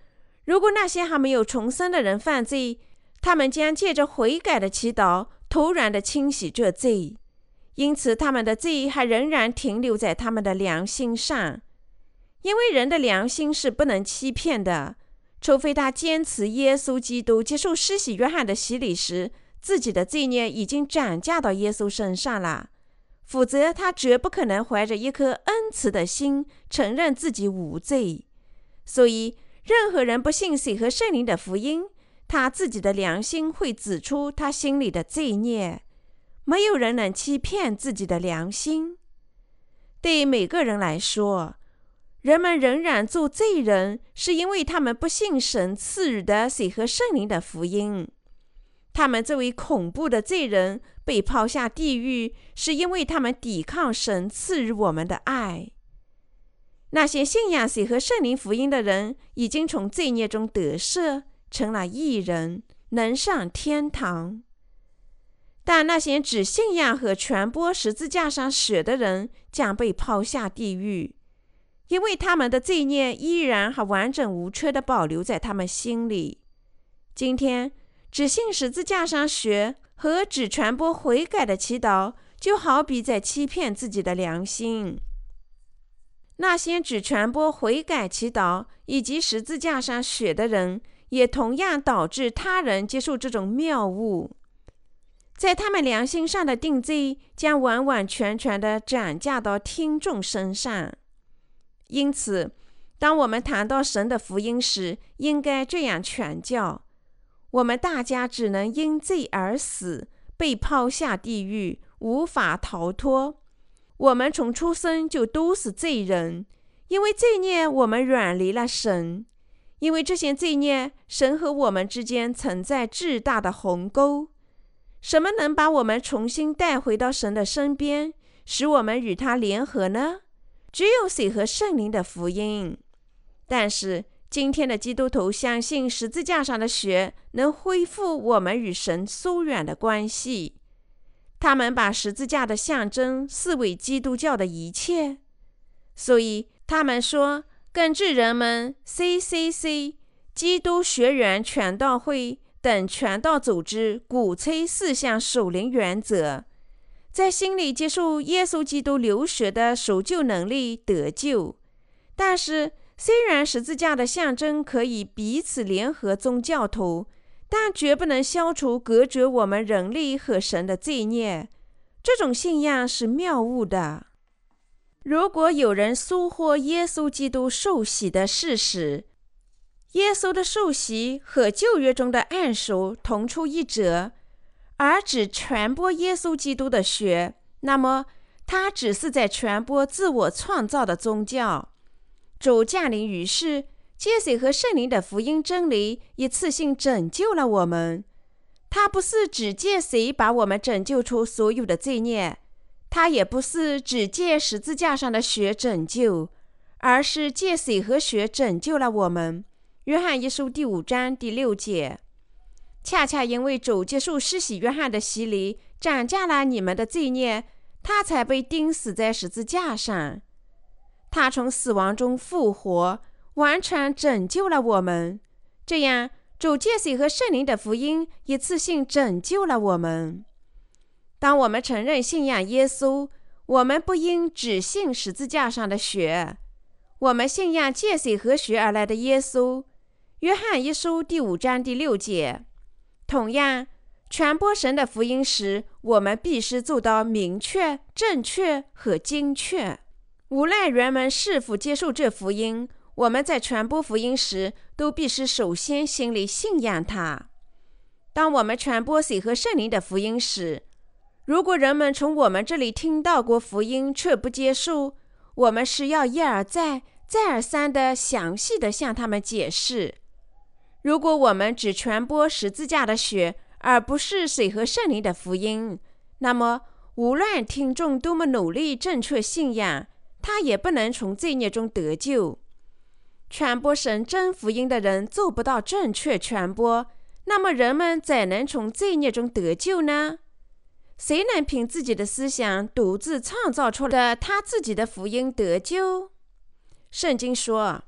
如果那些还没有重生的人犯罪，他们将借着悔改的祈祷突然地清洗这罪，因此他们的罪还仍然停留在他们的良心上。因为人的良心是不能欺骗的，除非他坚持耶稣基督接受施洗约翰的洗礼时，自己的罪孽已经转嫁到耶稣身上了，否则他绝不可能怀着一颗恩慈的心承认自己无罪。所以任何人不信水和圣灵的福音，他自己的良心会指出他心里的罪孽。没有人能欺骗自己的良心。对每个人来说，人们仍然做罪人，是因为他们不信神赐予的水和圣灵的福音。他们作为恐怖的罪人被抛下地狱，是因为他们抵抗神赐予我们的爱。那些信仰水和圣灵福音的人已经从罪孽中得赦，成了义人，能上天堂。但那些只信仰和传播十字架上血的人将被抛下地狱，因为他们的罪孽依然还完整无缺地保留在他们心里。今天只信十字架上血和只传播悔改的祈祷，就好比在欺骗自己的良心。那些只传播悔改祈祷以及十字架上血的人，也同样导致他人接受这种谬误。在他们良心上的定罪将完完全全地转嫁到听众身上。因此，当我们谈到神的福音时，应该这样传教：我们大家只能因罪而死，被抛下地狱，无法逃脱。我们从出生就都是罪人，因为罪孽我们远离了神。因为这些罪孽，神和我们之间存在巨大的鸿沟。什么能把我们重新带回到神的身边，使我们与他联合呢？只有水和圣灵的福音。但是今天的基督徒相信十字架上的血能恢复我们与神疏远的关系。他们把十字架的象征视为基督教的一切，所以他们说，根据人们 C C C 基督学园传道会等传道组织鼓吹四项属灵原则，在心里接受耶稣基督流血的赎救能力得救。但是虽然十字架的象征可以彼此联合宗教徒，但绝不能消除隔绝我们人类和神的罪孽。这种信仰是谬误的。如果有人疏忽耶稣基督受洗的事实，耶稣的受洗和旧约中的按手同出一辙，而只传播耶稣基督的血，那么他只是在传播自我创造的宗教。主降临于世，借水和圣灵的福音真理一次性拯救了我们。他不是只借水把我们拯救出所有的罪孽，他也不是只借十字架上的血拯救，而是借水和血拯救了我们。约翰一书第五章第六节。恰恰因为主接受施洗约翰的洗礼，斩价了你们的罪孽，他才被钉死在十字架上。他从死亡中复活，完全拯救了我们。这样，主借水和圣灵的福音一次性拯救了我们。当我们承认信仰耶稣，我们不应只信十字架上的血，我们信仰借水和血而来的耶稣。约翰一书第五章第六节。同样，传播神的福音时，我们必须做到明确、正确和精确。无论人们是否接受这福音，我们在传播福音时，都必须首先心里信仰它。当我们传播水和圣灵的福音时，如果人们从我们这里听到过福音却不接受，我们是要一而再、再而三地详细地向他们解释。如果我们只传播十字架的血，而不是水和圣灵的福音，那么无论听众多么努力正确信仰，他也不能从罪孽中得救。传播神真福音的人做不到正确传播，那么人们怎能从罪孽中得救呢？谁能凭自己的思想独自创造出的他自己的福音得救？圣经说，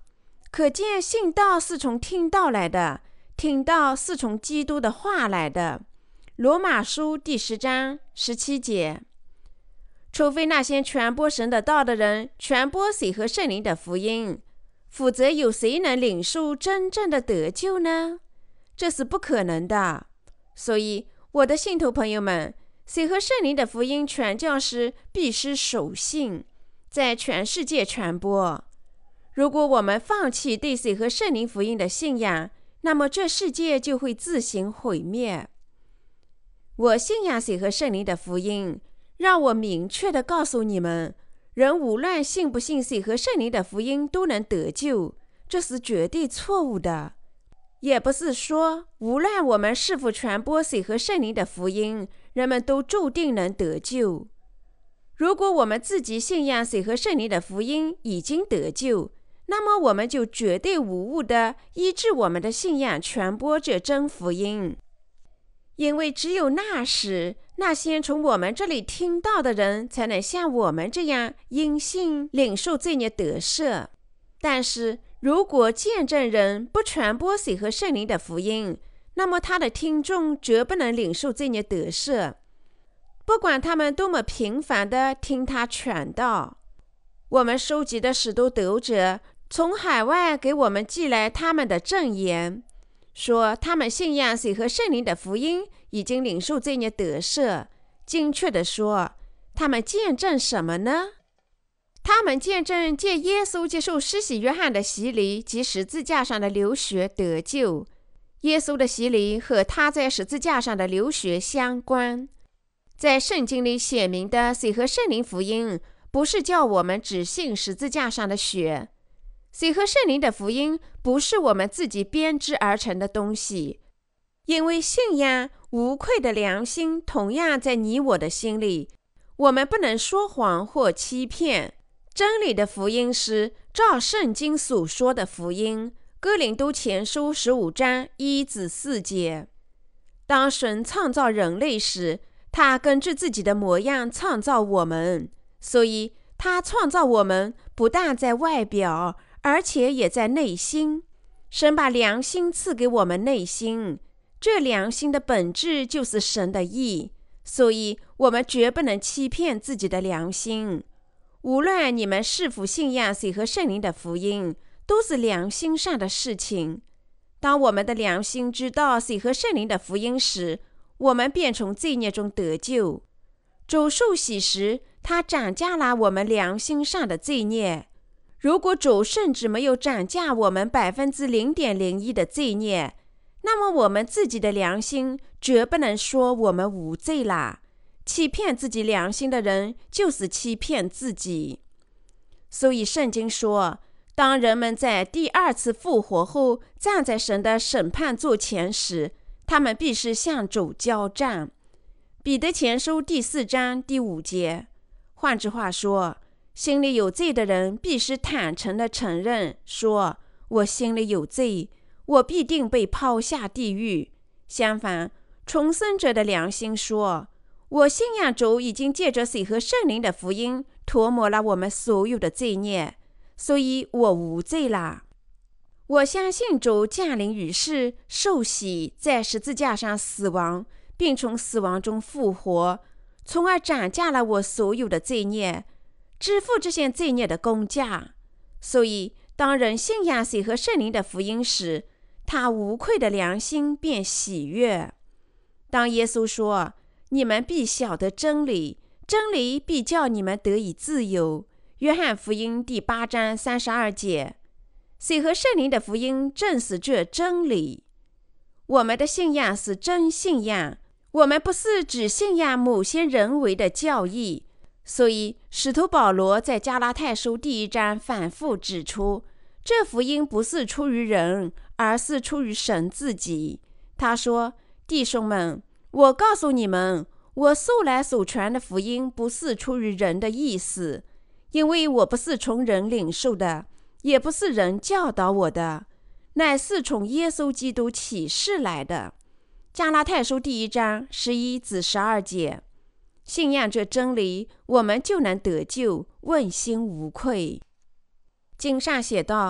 可见信道是从听道来的，听道是从基督的话来的。罗马书第十章十七节。除非那些传播神的道的人传播水和圣灵的福音，否则有谁能领受真正的得救呢？这是不可能的。所以我的信徒朋友们，水和圣灵的福音传教时必须守信，在全世界传播。如果我们放弃对水和圣灵福音的信仰，那么这世界就会自行毁灭。我信仰水和圣灵的福音，让我明确地告诉你们，人无论信不信水和圣灵的福音都能得救，这是绝对错误的。也不是说无论我们是否传播水和圣灵的福音，人们都注定能得救。如果我们自己信仰水和圣灵的福音已经得救，那么我们就绝对无误地依据我们的信仰传播这真福音。因为只有那时，那些从我们这里听到的人才能像我们这样因信领受罪孽得赦。但是如果见证人不传播水和圣灵的福音，那么他的听众绝不能领受罪孽得赦，不管他们多么频繁地听他传道。我们收集的许多读者从海外给我们寄来他们的证言，说他们信仰水和圣灵的福音，已经领受罪孽得赦。精确地说，他们见证什么呢？他们见证借耶稣接受施洗约翰的洗礼及十字架上的流血得救。耶稣的洗礼和他在十字架上的流血相关。在圣经里写明的水和圣灵福音，不是叫我们只信十字架上的血。水和圣灵的福音不是我们自己编织而成的东西，因为信仰无愧的良心同样在你我的心里。我们不能说谎或欺骗。真理的福音是照圣经所说的福音。哥林多前书十五章一至四节。当神创造人类时，他根据自己的模样创造我们，所以他创造我们不但在外表，而且也在内心。神把良心赐给我们内心，这良心的本质就是神的义，所以我们绝不能欺骗自己的良心。无论你们是否信仰水和圣灵的福音，都是良心上的事情。当我们的良心知道水和圣灵的福音时，我们便从罪孽中得救。主受洗时，他涨价了我们良心上的罪孽。如果主甚至没有涨价我们百分之零点零一的罪孽，那么我们自己的良心绝不能说我们无罪啦。欺骗自己良心的人就是欺骗自己。所以圣经说，当人们在第二次复活后站在神的审判座前时，他们必须向主交账。彼得前书第四章第五节。换句话说，心里有罪的人必须坦诚地承认，说我心里有罪，我必定被抛下地狱。相反，重生者的良心说，我信仰主已经借着水和圣灵的福音涂抹了我们所有的罪孽，所以我无罪啦。我相信主降临于世，受洗，在十字架上死亡，并从死亡中复活，从而涨价了我所有的罪孽，支付这些罪孽的工价。所以当人信仰水和圣灵的福音时，他无愧的良心便喜悦。当耶稣说，你们必晓得真理，真理必叫你们得以自由。约翰福音第八章三十二节。水和圣灵的福音正是这真理。我们的信仰是真信仰，我们不是只信仰某些人为的教义。所以使徒保罗在加拉太书第一章反复指出，这福音不是出于人，而是出于神自己。他说，弟兄们，我告诉你们，我素来所传的福音不是出于人的意思，因为我不是从人领受的，也不是人教导我的，乃是从耶稣基督启示来的。加拉太书第一章十一至十二节。信仰这真理，我们就能得救，问心无愧。经上写道，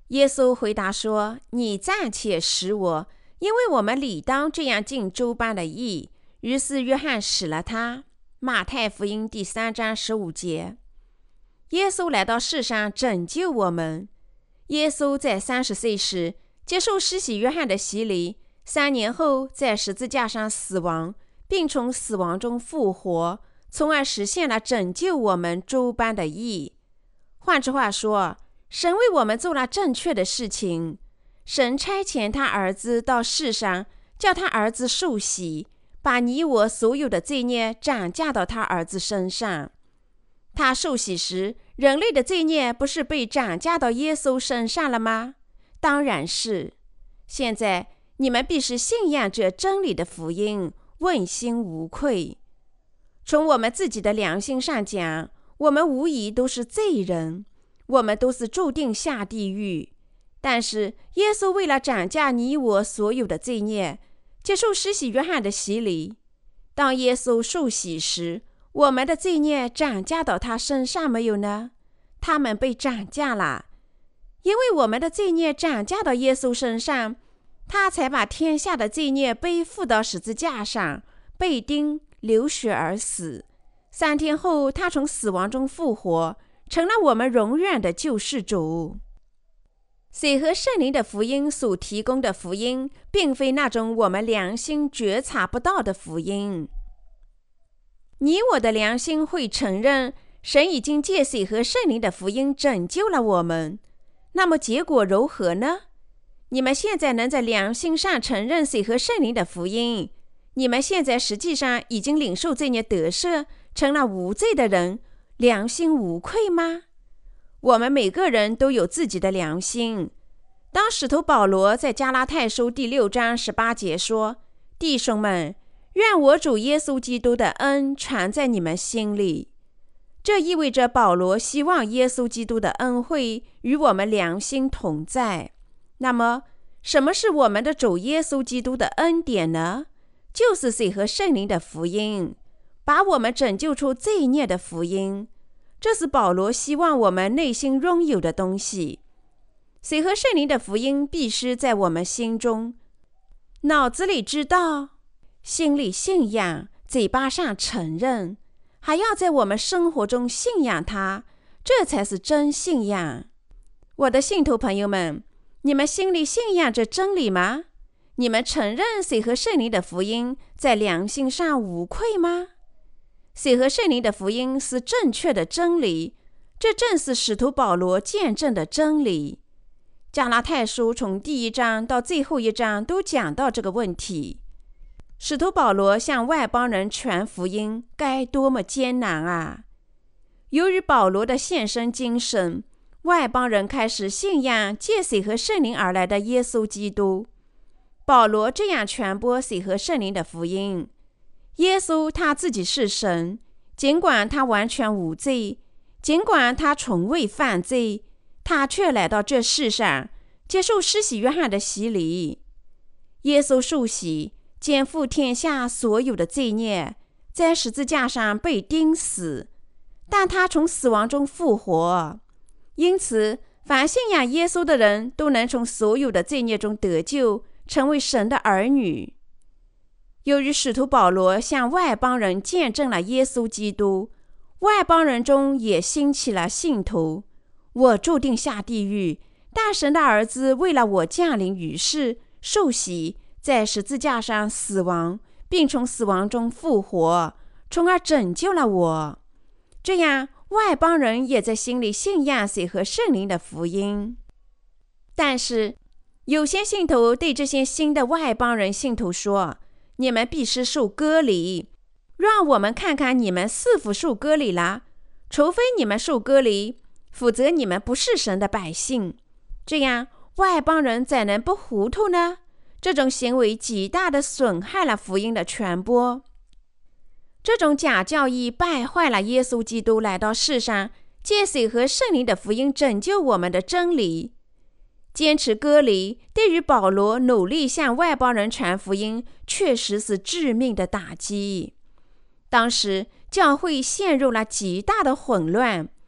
耶稣回答说：你暂且使我，因为我们理当这样尽诸般的义。于是约翰使了他。马太福音第三章十五节。耶稣来到世上拯救我们。耶稣在三十岁时接受施洗约翰的洗礼，三年后在十字架上死亡，并从死亡中复活，从而实现了拯救我们诸般的义。换句话说，神为我们做了正确的事情。神差遣他儿子到世上，叫他儿子受洗，把你我所有的罪孽转嫁到他儿子身上。他受洗时，人类的罪孽不是被转嫁到耶稣身上了吗？当然是。现在你们必是信仰这真理的福音，问心无愧。从我们自己的良心上讲，我们无疑都是罪人，我们都是注定下地狱。但是耶稣为了转嫁你我所有的罪孽，接受施洗约翰的洗礼。当耶稣受洗时，我们的罪孽转嫁到他身上没有呢？他们被转嫁了。因为我们的罪孽转嫁到耶稣身上，他才把天下的罪孽背负到十字架上，被钉流血而死。三天后，他从死亡中复活，成了我们永远的救世主。水和圣灵的福音所提供的福音，并非那种我们良心觉察不到的福音。你我的良心会承认，神已经借水和圣灵的福音拯救了我们。那么结果如何呢？你们现在能在良心上承认水和圣灵的福音，你们现在实际上已经领受罪孽得赦，成了无罪的人，良心无愧吗？我们每个人都有自己的良心。当使徒保罗在加拉太书第六章十八节说：弟兄们，愿我主耶稣基督的恩传在你们心里。这意味着保罗希望耶稣基督的恩惠与我们良心同在。那么什么是我们的主耶稣基督的恩典呢？就是水和圣灵的福音，把我们拯救出罪孽的福音。这是保罗希望我们内心拥有的东西。水和圣灵的福音必须在我们心中，脑子里知道，心里信仰，嘴巴上承认，还要在我们生活中信仰它，这才是真信仰。我的信徒朋友们，你们心里信仰这真理吗？你们承认水和圣灵的福音在良心上无愧吗？水和圣灵的福音是正确的真理，这正是使徒保罗见证的真理。加拉太书从第一章到最后一章都讲到这个问题。使徒保罗向外邦人传福音该多么艰难啊！由于保罗的献身精神，外邦人开始信仰借水和圣灵而来的耶稣基督。保罗这样传播水和圣灵的福音：耶稣他自己是神，尽管他完全无罪，尽管他从未犯罪，他却来到这世上，接受施洗约翰的洗礼。耶稣受洗，肩负天下所有的罪孽，在十字架上被钉死，但他从死亡中复活。因此，凡信仰耶稣的人都能从所有的罪孽中得救，成为神的儿女。由于使徒保罗向外邦人见证了耶稣基督，外邦人中也兴起了信徒。我注定下地狱，但神的儿子为了我降临于世，受洗，在十字架上死亡，并从死亡中复活，从而拯救了我。这样，外邦人也在心里信仰水和圣灵的福音。但是，有些信徒对这些新的外邦人信徒说：你们必须受割礼，让我们看看你们是否受割礼了。除非你们受割礼，否则你们不是神的百姓。这样，外邦人怎能不糊涂呢？这种行为极大地损害了福音的传播。这种假教义败坏了耶稣基督来到世上，借水和圣灵的福音拯救我们的真理。坚持割礼对于保罗努力向外邦人传福音确实是致命的打击。当时教会陷入了极大的混乱，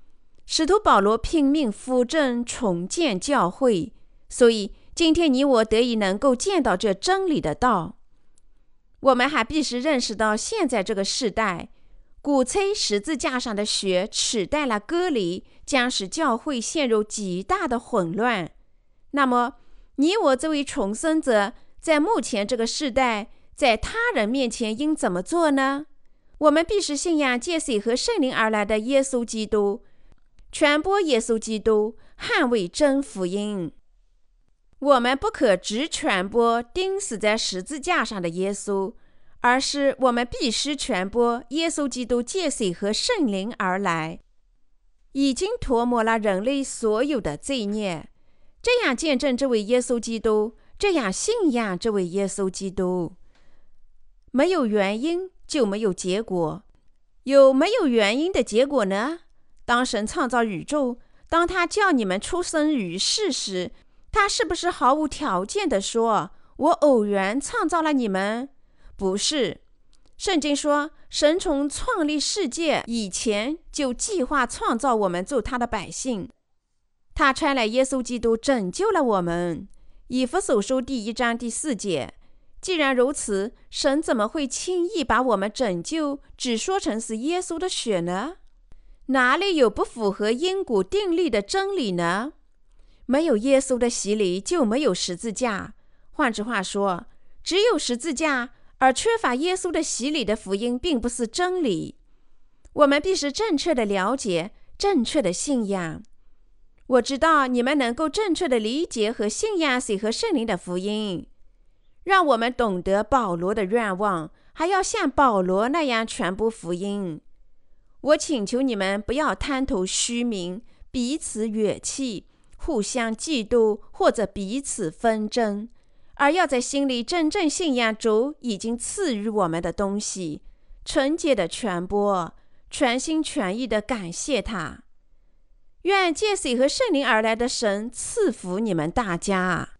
使徒保罗拼命扶正重建教会，所以今天你我得以能够见到这真理的道。我们还必须认识到，现在这个时代鼓吹十字架上的血取代了割礼，将使教会陷入极大的混乱。那么你我这位重生者在目前这个时代，在他人面前应怎么做呢？我们必须信仰借水和圣灵而来的耶稣基督，传播耶稣基督，捍卫真福音。我们不可只传播钉死在十字架上的耶稣，而是我们必须传播耶稣基督借水和圣灵而来，已经涂抹了人类所有的罪孽，这样见证这位耶稣基督，这样信仰这位耶稣基督。没有原因就没有结果，有没有原因的结果呢？当神创造宇宙，当他叫你们出生于世时，他是不是毫无条件地说，我偶然创造了你们？不是。圣经说，神从创立世界以前就计划创造我们做他的百姓，他差来耶稣基督拯救了我们。以弗所书第一章第四节。既然如此，神怎么会轻易把我们拯救只说成是耶稣的血呢？哪里有不符合因果定律的真理呢？没有耶稣的洗礼，就没有十字架。换句话说，只有十字架，而缺乏耶稣的洗礼的福音并不是真理。我们必须正确的了解，正确的信仰。我知道你们能够正确的理解和信仰水和圣灵的福音。让我们懂得保罗的愿望，还要像保罗那样传播福音。我请求你们不要贪图虚名，彼此怨气，互相嫉妒，或者彼此纷争，而要在心里真正信仰主已经赐予我们的东西，纯洁的传播，全心全意的感谢他。愿借水和圣灵而来的神赐福你们大家。